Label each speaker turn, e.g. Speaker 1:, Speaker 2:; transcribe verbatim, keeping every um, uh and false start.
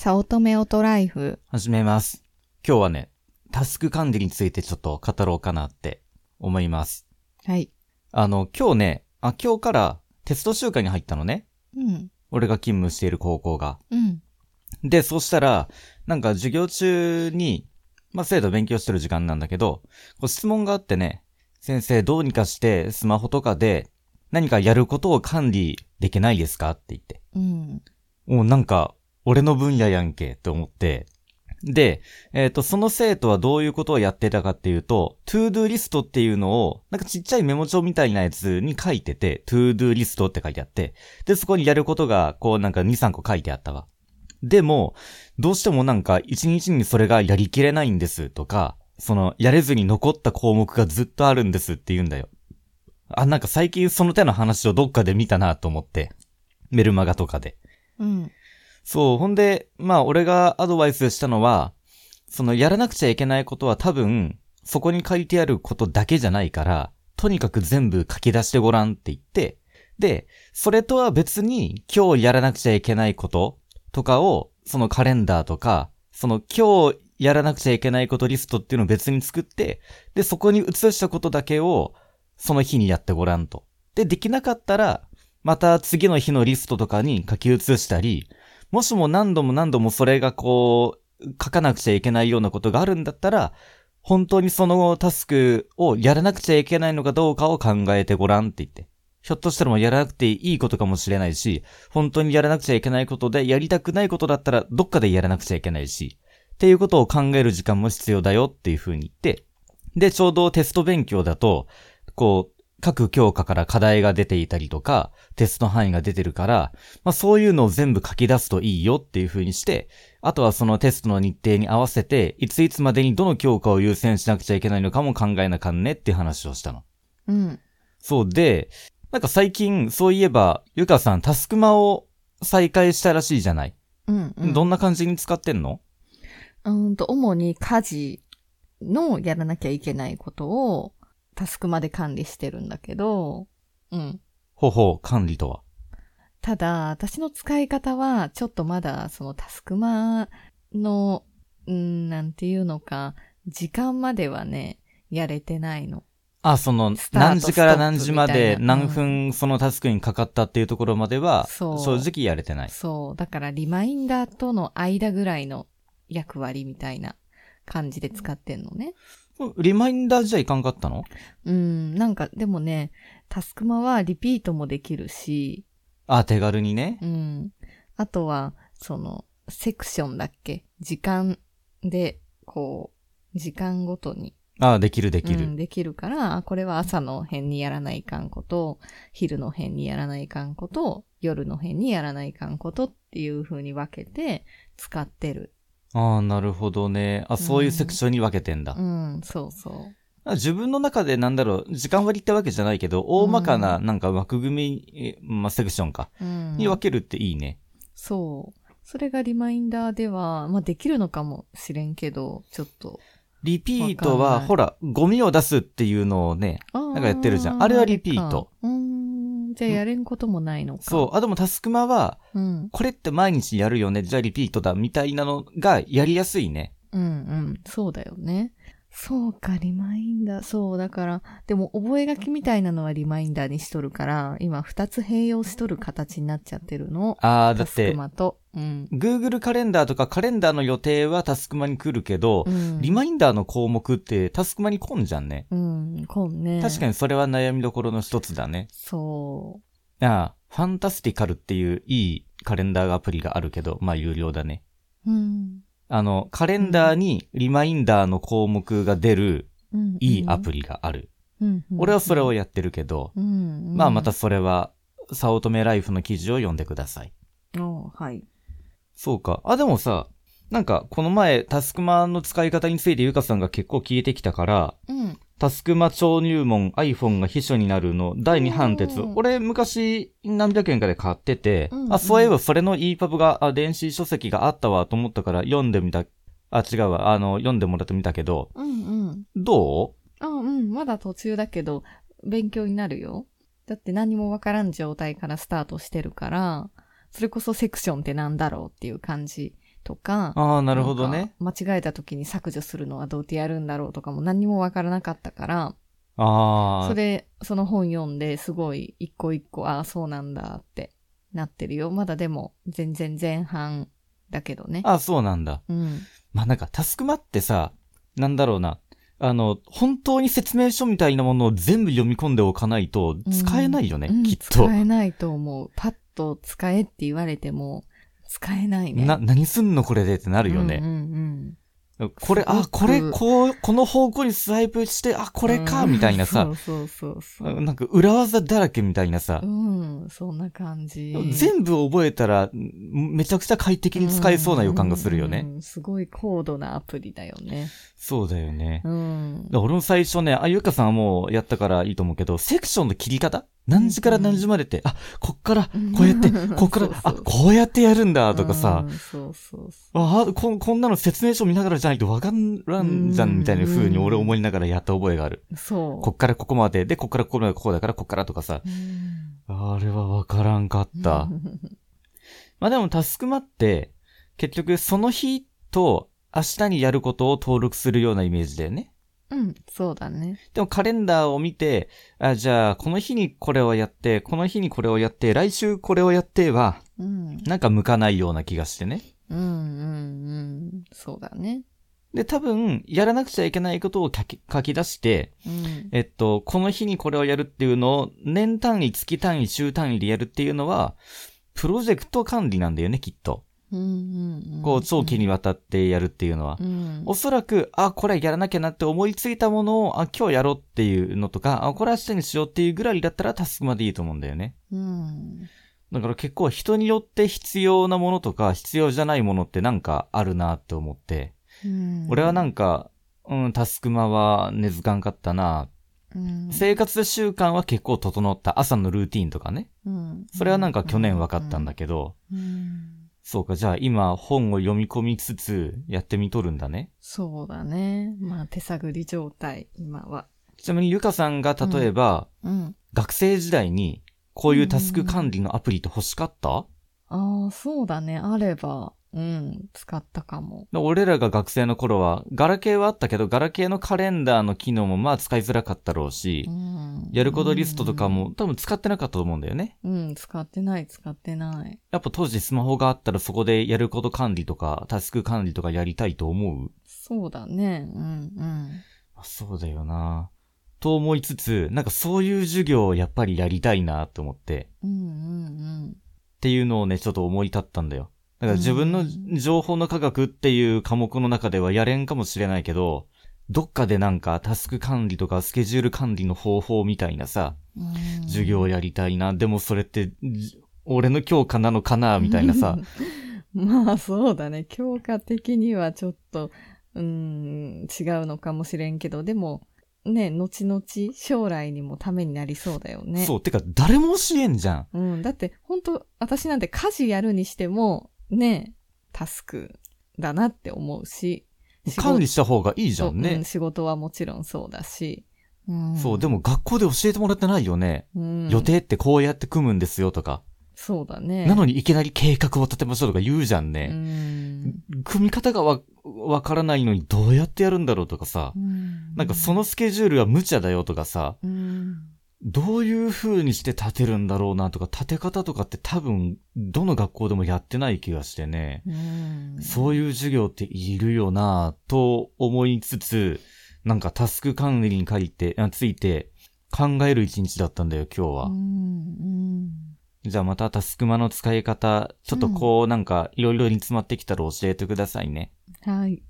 Speaker 1: 早乙女オトライフ
Speaker 2: 始めます。今日はね、タスク管理についてちょっと語ろうかなって思います。
Speaker 1: はい。
Speaker 2: あの、今日ね、あ、今日からテスト週間に入ったのね。
Speaker 1: うん。
Speaker 2: 俺が勤務している高校が。
Speaker 1: うん。
Speaker 2: で、そうしたら、なんか授業中に、まあ、生徒勉強してる時間なんだけど、こう質問があってね、先生どうにかしてスマホとかで何かやることを管理できないですかって言って。
Speaker 1: うん。
Speaker 2: もうなんか、俺の分野やんけって思って。で、えっと、その生徒はどういうことをやってたかっていうと、トゥードゥーリストっていうのを、なんかちっちゃいメモ帳みたいなやつに書いてて、トゥードゥーリストって書いてあって、で、そこにやることが、こうなんかに、さんこ書いてあったわ。でも、どうしてもなんかいちにちにそれがやりきれないんですとか、その、やれずに残った項目がずっとあるんですって言うんだよ。あ、なんか最近その手の話をどっかで見たなと思って。メルマガとかで。
Speaker 1: うん。
Speaker 2: そう、ほんで、まあ俺がアドバイスしたのは、そのやらなくちゃいけないことは多分、そこに書いてあることだけじゃないから、とにかく全部書き出してごらんって言って、で、それとは別に今日やらなくちゃいけないこととかを、そのカレンダーとか、その今日やらなくちゃいけないことリストっていうのを別に作って、で、そこに移したことだけを、その日にやってごらんと。で、できなかったら、また次の日のリストとかに書き写したり、もしも何度も何度もそれがこう、書かなくちゃいけないようなことがあるんだったら、本当にそのタスクをやらなくちゃいけないのかどうかを考えてごらんって言って。ひょっとしたらもうやらなくていいことかもしれないし、本当にやらなくちゃいけないことで、やりたくないことだったらどっかでやらなくちゃいけないし、っていうことを考える時間も必要だよっていう風に言って、で、ちょうどテスト勉強だと、こう、各教科から課題が出ていたりとか、テスト範囲が出てるから、まあそういうのを全部書き出すといいよっていう風にして、あとはそのテストの日程に合わせて、いついつまでにどの教科を優先しなくちゃいけないのかも考えなかんねっていう話をしたの。
Speaker 1: うん。
Speaker 2: そうで、なんか最近そういえば、ゆかさんタスクマを再開したらしいじゃない。
Speaker 1: うん、うん。
Speaker 2: どんな感じに使ってんの？
Speaker 1: うーんと、主に家事のやらなきゃいけないことをタスクまで管理してるんだけど、うん。
Speaker 2: ほほう、管理とは。
Speaker 1: ただ、私の使い方は、ちょっとまだ、そのタスクマの、うん、なんていうのか、時間まではね、やれてないの。
Speaker 2: あ、その、
Speaker 1: スタート
Speaker 2: 何時から何時ま
Speaker 1: ストップみたいな
Speaker 2: で何分そのタスクにかかったっていうところまでは、
Speaker 1: そう
Speaker 2: 正直やれてない。
Speaker 1: そう。だから、リマインダーとの間ぐらいの役割みたいな感じで使ってんのね。
Speaker 2: リマインダーじゃいかんかったの？
Speaker 1: うん、なんか、でもね、タスクマはリピートもできるし、
Speaker 2: あ、手軽にね。
Speaker 1: うん。あとは、その、セクションだっけ？時間で、こう、時間ごとに。
Speaker 2: あ、できるできる。
Speaker 1: うん、できるから、これは朝の辺にやらないかんこと、昼の辺にやらないかんこと、夜の辺にやらないかんことっていう風に分けて使ってる。
Speaker 2: ああ、なるほどね。あ、そういうセクションに分けてんだ。
Speaker 1: うん、うん、そうそう。
Speaker 2: 自分の中でなんだろう、時間割ってわけじゃないけど、大まかななんか枠組み、まあ、セクションか、
Speaker 1: うん、
Speaker 2: に分けるっていいね。
Speaker 1: そう。それがリマインダーでは、まあできるのかもしれんけど、ちょっと。
Speaker 2: リピートは、ほら、ゴミを出すっていうのをね、なんかやってるじゃん。あれはリピート。
Speaker 1: うーん、じゃあやれんこともないのか。
Speaker 2: そう。あ、でもタスクマは、
Speaker 1: うん、
Speaker 2: これって毎日やるよね、じゃあリピートだ、みたいなのがやりやすいね。
Speaker 1: うん、うん、そうだよね。そうか、リマインダー。そう、だから、でも覚書きみたいなのはリマインダーにしとるから、今二つ併用しとる形になっちゃってるの。
Speaker 2: ああ、だって、
Speaker 1: タスクマと。うん。
Speaker 2: Google カレンダーとかカレンダーの予定はタスクマに来るけど、
Speaker 1: うん、
Speaker 2: リマインダーの項目ってタスクマに来んじゃんね。
Speaker 1: うん、こんね。
Speaker 2: 確かにそれは悩みどころの一つだね。
Speaker 1: そ
Speaker 2: ああ、ファンタスティカルっていういいカレンダーアプリがあるけど、まあ有料だね。
Speaker 1: う。うん。
Speaker 2: あの、カレンダーにリマインダーの項目が出るいいアプ
Speaker 1: リ。
Speaker 2: リがある。
Speaker 1: うんうんうん、
Speaker 2: 俺はそれをやってるけど、
Speaker 1: うんうん、
Speaker 2: まあまたそれは、早乙女ライフの記事を読んでください。
Speaker 1: おはい。
Speaker 2: そうか。あ、でもさ、なんかこの前タスクマの使い方についてゆかさんが結構聞いてきたから、
Speaker 1: うん。
Speaker 2: タスクマ超入門 iPhone が秘書になるのだいに版鉄。俺昔何百円かで買ってて、
Speaker 1: うんうん、
Speaker 2: あ、そういえばそれの イーパブ が、あ、電子書籍があったわと思ったから読んでみた。あ、違うわ。あの、読んでもらってみたけど。
Speaker 1: うんうん。
Speaker 2: どう？
Speaker 1: あ、うん。まだ途中だけど、勉強になるよ。だって何もわからん状態からスタートしてるから、それこそセクションってなんだろうっていう感じとか、
Speaker 2: ああ、なるほどね。
Speaker 1: 間違えた時に削除するのはどうやってやるんだろうとかも何にもわからなかったから、
Speaker 2: ああ。
Speaker 1: それ、その本読んですごい一個一個、ああ、そうなんだってなってるよ。まだでも全然前半だけどね。
Speaker 2: ああ、そうなんだ。
Speaker 1: うん。
Speaker 2: まあなんかタスクマってさ、なんだろうな。あの、本当に説明書みたいなものを全部読み込んでおかないと使えないよね、
Speaker 1: うん、
Speaker 2: きっと。
Speaker 1: 使えないと思う。パッと使えって言われても使えないね。
Speaker 2: な、何すんのこれでってなるよね。
Speaker 1: うんうんうん、
Speaker 2: これ、あ、これ、こう、この方向にスワイプして、あ、これか、みたいなさ、
Speaker 1: うん。そうそうそうそう。
Speaker 2: なんか裏技だらけみたいなさ。
Speaker 1: うん、そんな感じ。
Speaker 2: 全部覚えたら、めちゃくちゃ快適に使えそうな予感がするよね。
Speaker 1: うんうん、すごい高度なアプリだよね。
Speaker 2: そうだよね。
Speaker 1: うん。
Speaker 2: 俺も最初ね、あ、ゆかさんはもうやったからいいと思うけど、セクションの切り方何時から何時までって、うん、あ、こっから、こうやって、こっから、そうそうそう、あ、こうやってやるんだ、とかさ、
Speaker 1: うん、そうそうそう。
Speaker 2: あこ、こんなの説明書見ながらじゃないとわかんらんじゃん、みたいな風に俺思いながらやった覚えがある。
Speaker 1: そう。
Speaker 2: こっからここまで、で、こっからここまでここだから、こっからとかさ、あれはわからんかった。まあでもタスクマって、結局その日と明日にやることを登録するようなイメージだよね。
Speaker 1: うん、そうだね。
Speaker 2: でもカレンダーを見て、あ、じゃあこの日にこれをやって、この日にこれをやって、来週これをやっては、うん、なんか向かないような気がしてね。
Speaker 1: うんうんうん、そうだね。
Speaker 2: で、多分、やらなくちゃいけないことを書き、書き出して、うん、えっと、この日にこれをやるっていうのを、年単位、月単位、週単位でやるっていうのは、プロジェクト管理なんだよね、きっと。うんうんうん、こう、長期にわたってやるっていうのは。うん、おそらく、あ、これやらなきゃなって思いついたものを、あ、今日やろうっていうのとか、あ、これ明日にしようっていうぐらいだったらタスクまでいいと思うんだよね。うん、だから結構人によって必要なものとか、必要じゃないものってなんかあるなって思って。うん、俺はなんか、うん、タスクマは根付かんかったな。うん、生活習慣は結構整った朝のルーティーンとかね。うん、それはなんか去年分かったんだけど、うんうん、そうか、じゃあ今本を読み込みつつやってみとるんだね。
Speaker 1: そうだね。まあ手探り状態、今は。
Speaker 2: ちなみにゆかさんが例えば、うんうん、学生時代にこういうタスク管理のアプリって欲しかった？
Speaker 1: ああ、そうだね。あれば。うん、使ったかも。
Speaker 2: 俺らが学生の頃は、ガラケーはあったけど、ガラケーのカレンダーの機能もまあ使いづらかったろうし、うん、やることリストとかも多分使ってなかったと思うんだよね。
Speaker 1: うん、使ってない、使ってない。
Speaker 2: やっぱ当時スマホがあったらそこでやること管理とか、タスク管理とかやりたいと思う？
Speaker 1: そうだね、うんうん。
Speaker 2: そうだよな。と思いつつ、なんかそういう授業をやっぱりやりたいなと思って。うんうんうん。っていうのをね、ちょっと思い立ったんだよ。だから自分の情報の科学っていう科目の中ではやれんかもしれないけど、どっかでなんかタスク管理とかスケジュール管理の方法みたいなさ、授業をやりたいな。でもそれって、俺の教科なのかなみたいなさ。
Speaker 1: まあそうだね。教科的にはちょっと、うーん、違うのかもしれんけど、でも、ね、後々将来にもためになりそうだよね。
Speaker 2: そう、てか誰も教えんじゃん。
Speaker 1: うん、だって本当私なんて家事やるにしても、ね、タスクだなって思うし。
Speaker 2: 管理した方がいいじゃんね。
Speaker 1: うん、仕事はもちろんそうだし。
Speaker 2: うん、そう、でも学校で教えてもらってないよね。うん、予定ってこうやって組むんですよとか。そうだね。なのにいきなり計画を立てましょうとか言うじゃんね。うん、組み方がわ、わからないのにどうやってやるんだろうとかさ。うん、なんかそのスケジュールは無茶だよとかさ。うんどういう風にして立てるんだろうなとか、立て方とかって多分、どの学校でもやってない気がしてね。うんそういう授業っているよなと思いつつ、なんかタスク管理に書いて、ついて考える一日だったんだよ、今日は。うんうんじゃあまたタスクマの使い方、ちょっとこうなんかいろいろ煮詰まってきたら教えてくださいね。
Speaker 1: はい。